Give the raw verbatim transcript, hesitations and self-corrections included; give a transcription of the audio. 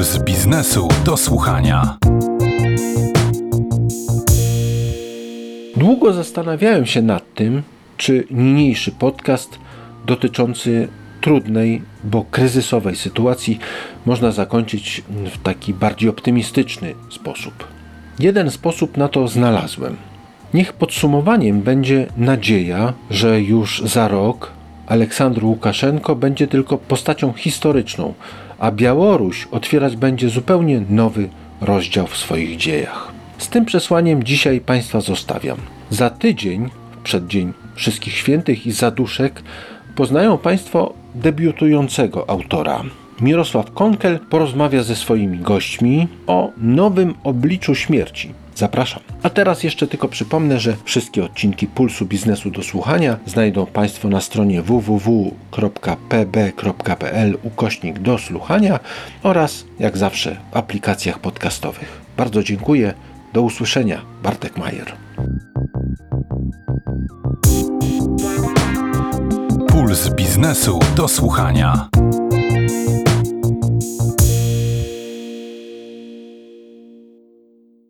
Puls biznesu do słuchania. Długo zastanawiałem się nad tym, czy niniejszy podcast dotyczący trudnej, bo kryzysowej sytuacji można zakończyć w taki bardziej optymistyczny sposób. Jeden sposób na to znalazłem. Niech podsumowaniem będzie nadzieja, że już za rok Aleksandr Łukaszenko będzie tylko postacią historyczną, a Białoruś otwierać będzie zupełnie nowy rozdział w swoich dziejach. Z tym przesłaniem dzisiaj Państwa zostawiam. Za tydzień, w przeddzień Wszystkich Świętych i Zaduszek, poznają Państwo debiutującego autora. Mirosław Konkel porozmawia ze swoimi gośćmi o nowym obliczu śmierci. Zapraszam. A teraz jeszcze tylko przypomnę, że wszystkie odcinki Pulsu Biznesu do słuchania znajdą Państwo na stronie w w w kropka p b kropka p l ukośnik do słuchania oraz jak zawsze w aplikacjach podcastowych. Bardzo dziękuję. Do usłyszenia. Bartek Majer. Puls biznesu do słuchania.